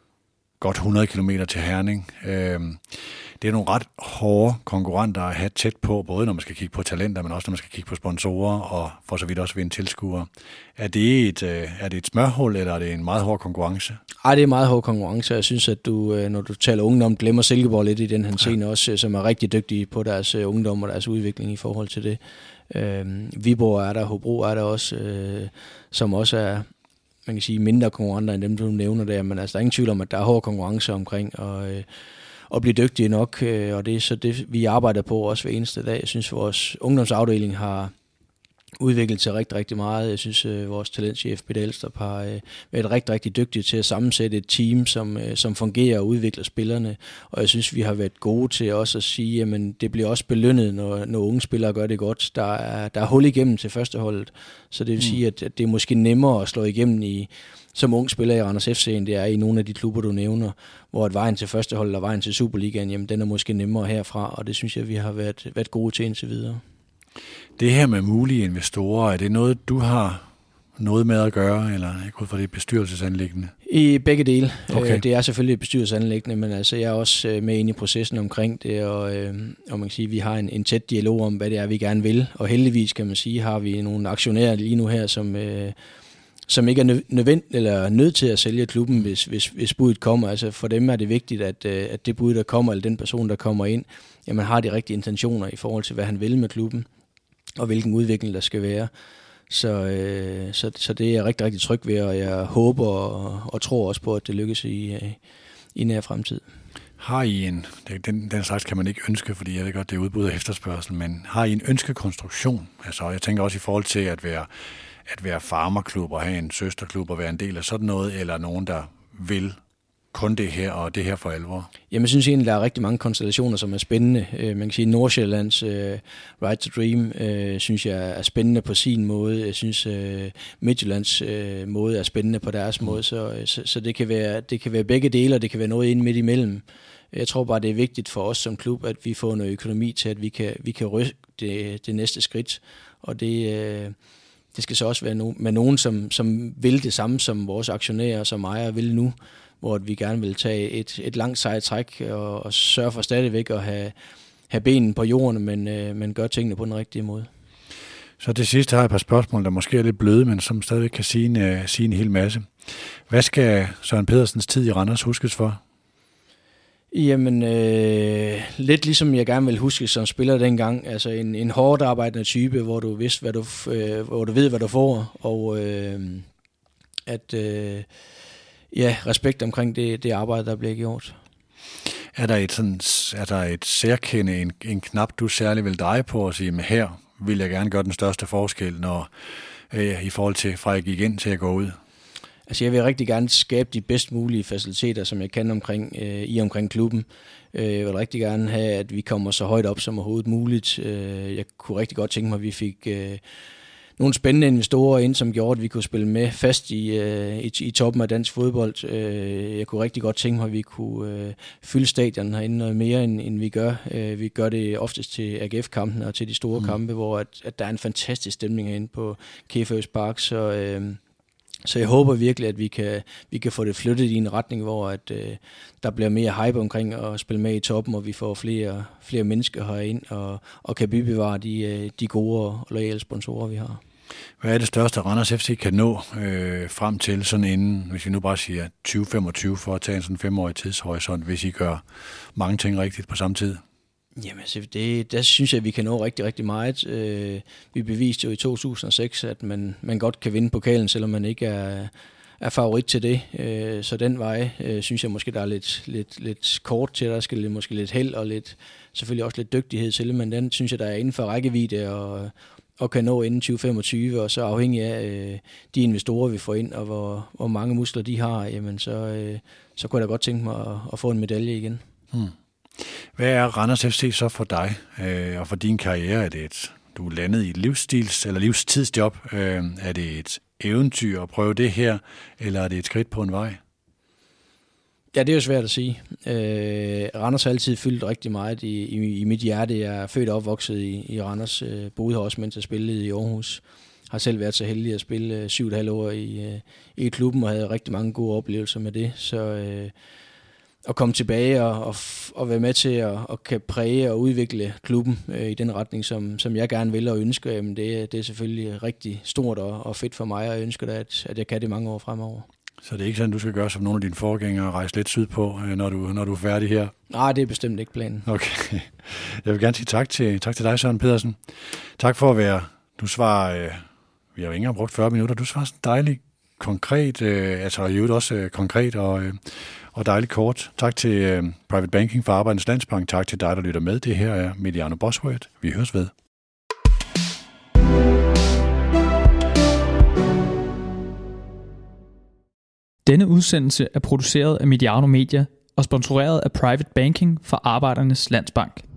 godt hundrede kilometer til Herning. Øhm, det er nogle ret hårde konkurrenter at have tæt på, både når man skal kigge på talenter, men også når man skal kigge på sponsorer, og for så vidt også vinde tilskuere. Er det et, er det et smørhul, eller er det en meget hård konkurrence? Ej, det er meget hård konkurrence. Jeg synes, at du, når du taler ungdom, glemmer Silkeborg lidt i den her scene ja. også, som er rigtig dygtige på deres ungdom og deres udvikling i forhold til det. Øhm, Viborg er der, Hobro er der også, øh, som også er, man kan sige, mindre konkurrenter end dem, du nævner der, men altså, der er ingen tvivl om, at der er hård konkurrence omkring, og, øh, og blive dygtige nok, øh, og det er så det, vi arbejder på også hver eneste dag. Jeg synes, vores ungdomsafdeling har, udviklet sig rigtig, rigtig meget. Jeg synes, øh, vores talentchef Peter Elstrup har øh, været rigtig, rigtig dygtig til at sammensætte et team, som, øh, som fungerer og udvikler spillerne. Og jeg synes, vi har været gode til også at sige, at det bliver også belønnet, når, når unge spillere gør det godt. Der er, der er hul igennem til førsteholdet, så det vil mm. sige, at, at det er måske nemmere at slå igennem i, som ung spiller i Randers F C, end det er i nogle af de klubber, du nævner, hvor at vejen til førsteholdet og vejen til Superligaen, jamen den er måske nemmere herfra, og det synes jeg, vi har været, været gode til indtil videre. Det her med mulige investorer, er det noget, du har noget med at gøre, eller ikke ud fra det bestyrelsesanliggende? I begge dele. Okay. Det er selvfølgelig et bestyrelsesanliggende, men altså, jeg er også med ind i processen omkring det, og, og man kan sige, vi har en, en tæt dialog om, hvad det er, vi gerne vil, og heldigvis kan man sige, har vi nogle aktionærer lige nu her, som, som ikke er nødvendigt eller nødt til at sælge klubben, hvis, hvis, hvis budet kommer. Altså for dem er det vigtigt, at, at det bud, der kommer, eller den person, der kommer ind, jamen har de rigtige intentioner i forhold til, hvad han vil med klubben, og hvilken udvikling der skal være. Så, øh, så, så det er jeg rigtig, rigtig tryg ved, og jeg håber og, og tror også på, at det lykkes i, i nær fremtid. Har I en, den, den slags kan man ikke ønske, fordi jeg ved godt, det er udbud af efterspørgsel, men har I en ønskekonstruktion? Altså, jeg tænker også i forhold til at være, at være farmerklub og have en søsterklub og være en del af sådan noget, eller nogen, der vil kun det her og det her for alvor? Jamen, jeg synes egentlig, der er rigtig mange konstellationer, som er spændende. Man kan sige, Nordsjællands uh, Right to Dream, uh, synes jeg er spændende på sin måde. Jeg synes, uh, Midtjyllands uh, måde er spændende på deres mm. måde. Så, så, så det, kan være, det kan være begge dele, og det kan være noget inde midt imellem. Jeg tror bare, det er vigtigt for os som klub, at vi får noget økonomi til, at vi kan, vi kan rykke det, det næste skridt. Og det... Uh, det skal så også være no- med nogen, som, som vil det samme, som vores aktionærer og som ejere vil nu, hvor vi gerne vil tage et, et langt sejt træk og, og sørge for stadigvæk at have, have benen på jorden, men, øh, men gøre tingene på den rigtige måde. Så det sidste har jeg et par spørgsmål, der måske er lidt bløde, men som stadigvæk kan sige en, uh, sige en hel masse. Hvad skal Søren Pedersens tid i Randers huskes for? Jamen, øh, lidt ligesom jeg gerne vil huske som spiller dengang. Altså en, en hårdt arbejdende type, hvor du vidste, hvad du, øh, hvor du ved, hvad du får, og øh, at øh, ja, respekt omkring det, det arbejde, der bliver gjort. Er der et, sådan, er der et særkende, en, en knap, du særligt vil dreje på og sige, men her vil jeg gerne gøre den største forskel, når øh, i forhold til fra jeg gik ind til at gå ud? Altså jeg vil rigtig gerne skabe de bedst mulige faciliteter, som jeg kan omkring, øh, i omkring klubben. Jeg vil rigtig gerne have, at vi kommer så højt op som overhovedet muligt. Jeg kunne rigtig godt tænke mig, at vi fik øh, nogle spændende investorer ind, som gjorde, at vi kunne spille med fast i, øh, i, i toppen af dansk fodbold. Jeg kunne rigtig godt tænke mig, at vi kunne øh, fylde stadion herinde noget mere, end, end vi gør. Vi gør det oftest til A G F-kampene og til de store mm. kampe, hvor at, at der er en fantastisk stemning herinde på Keføs Park, så... Øh, Så jeg håber virkelig, at vi kan, vi kan få det flyttet i en retning, hvor at, øh, der bliver mere hype omkring at spille med i toppen, og vi får flere, flere mennesker herind og, og kan bibevare de, de gode og loyale sponsorer, vi har. Hvad er det største, Randers F C kan nå øh, frem til sådan inden, hvis vi nu bare siger tyve femogtyve, for at tage en sådan femårig tidshorisont, hvis I gør mange ting rigtigt på samme tid? Jamen, altså, det, der synes jeg, at vi kan nå rigtig, rigtig meget. Øh, vi beviste jo i to tusind og seks, at man, man godt kan vinde pokalen, selvom man ikke er, er favorit til det. Øh, så den vej øh, synes jeg måske, der er lidt, lidt, lidt kort til. Der skal måske lidt held og lidt, selvfølgelig også lidt dygtighed til, men den synes jeg, der er inden for rækkevidde og, og kan nå inden tyve femogtyve, og så afhængig af øh, de investorer, vi får ind, og hvor, hvor mange muskler de har, jamen så, øh, så kunne jeg da godt tænke mig at, at få en medalje igen. Hmm. Hvad er Randers F C så for dig øh, og for din karriere? Er det et, du er landet i et livsstils- eller livstidsjob? Øh, er det et eventyr at prøve det her, eller er det et skridt på en vej? Ja, det er jo svært at sige. Øh, Randers har altid fyldt rigtig meget i, i, i mit hjerte. Jeg er født og opvokset i, i Randers, øh, boede her også, mens jeg spillede i Aarhus. Har selv været så heldig at spille øh, syv og et halvt år i, øh, i klubben, og havde rigtig mange gode oplevelser med det. Så... Øh, at komme tilbage og, og, og være med til at og kan præge og udvikle klubben øh, i den retning, som, som jeg gerne vil og ønsker, jamen det, det er selvfølgelig rigtig stort og, og fedt for mig, og jeg ønsker da, at, at jeg kan det mange år fremover. Så det er ikke sådan, du skal gøre som nogle af dine forgængere og rejse lidt sydpå, når du, når du er færdig her? Nej, det er bestemt ikke planen. Okay. Jeg vil gerne sige tak til, tak til dig, Søren Pedersen. Tak for at være... Du svarer... Øh, vi har jo ikke engang brugt fyrre minutter. Du svarer sådan dejligt konkret, øh, altså i øvrigt også øh, konkret og... Øh, Og dejligt kort. Tak til øh, Private Banking for Arbejdernes Landsbank. Tak til dig, der lytter med. Det her er Mediano Bosworth. Vi høres ved. Denne udsendelse er produceret af Mediano Media og sponsoreret af Private Banking fra Arbejdernes Landsbank.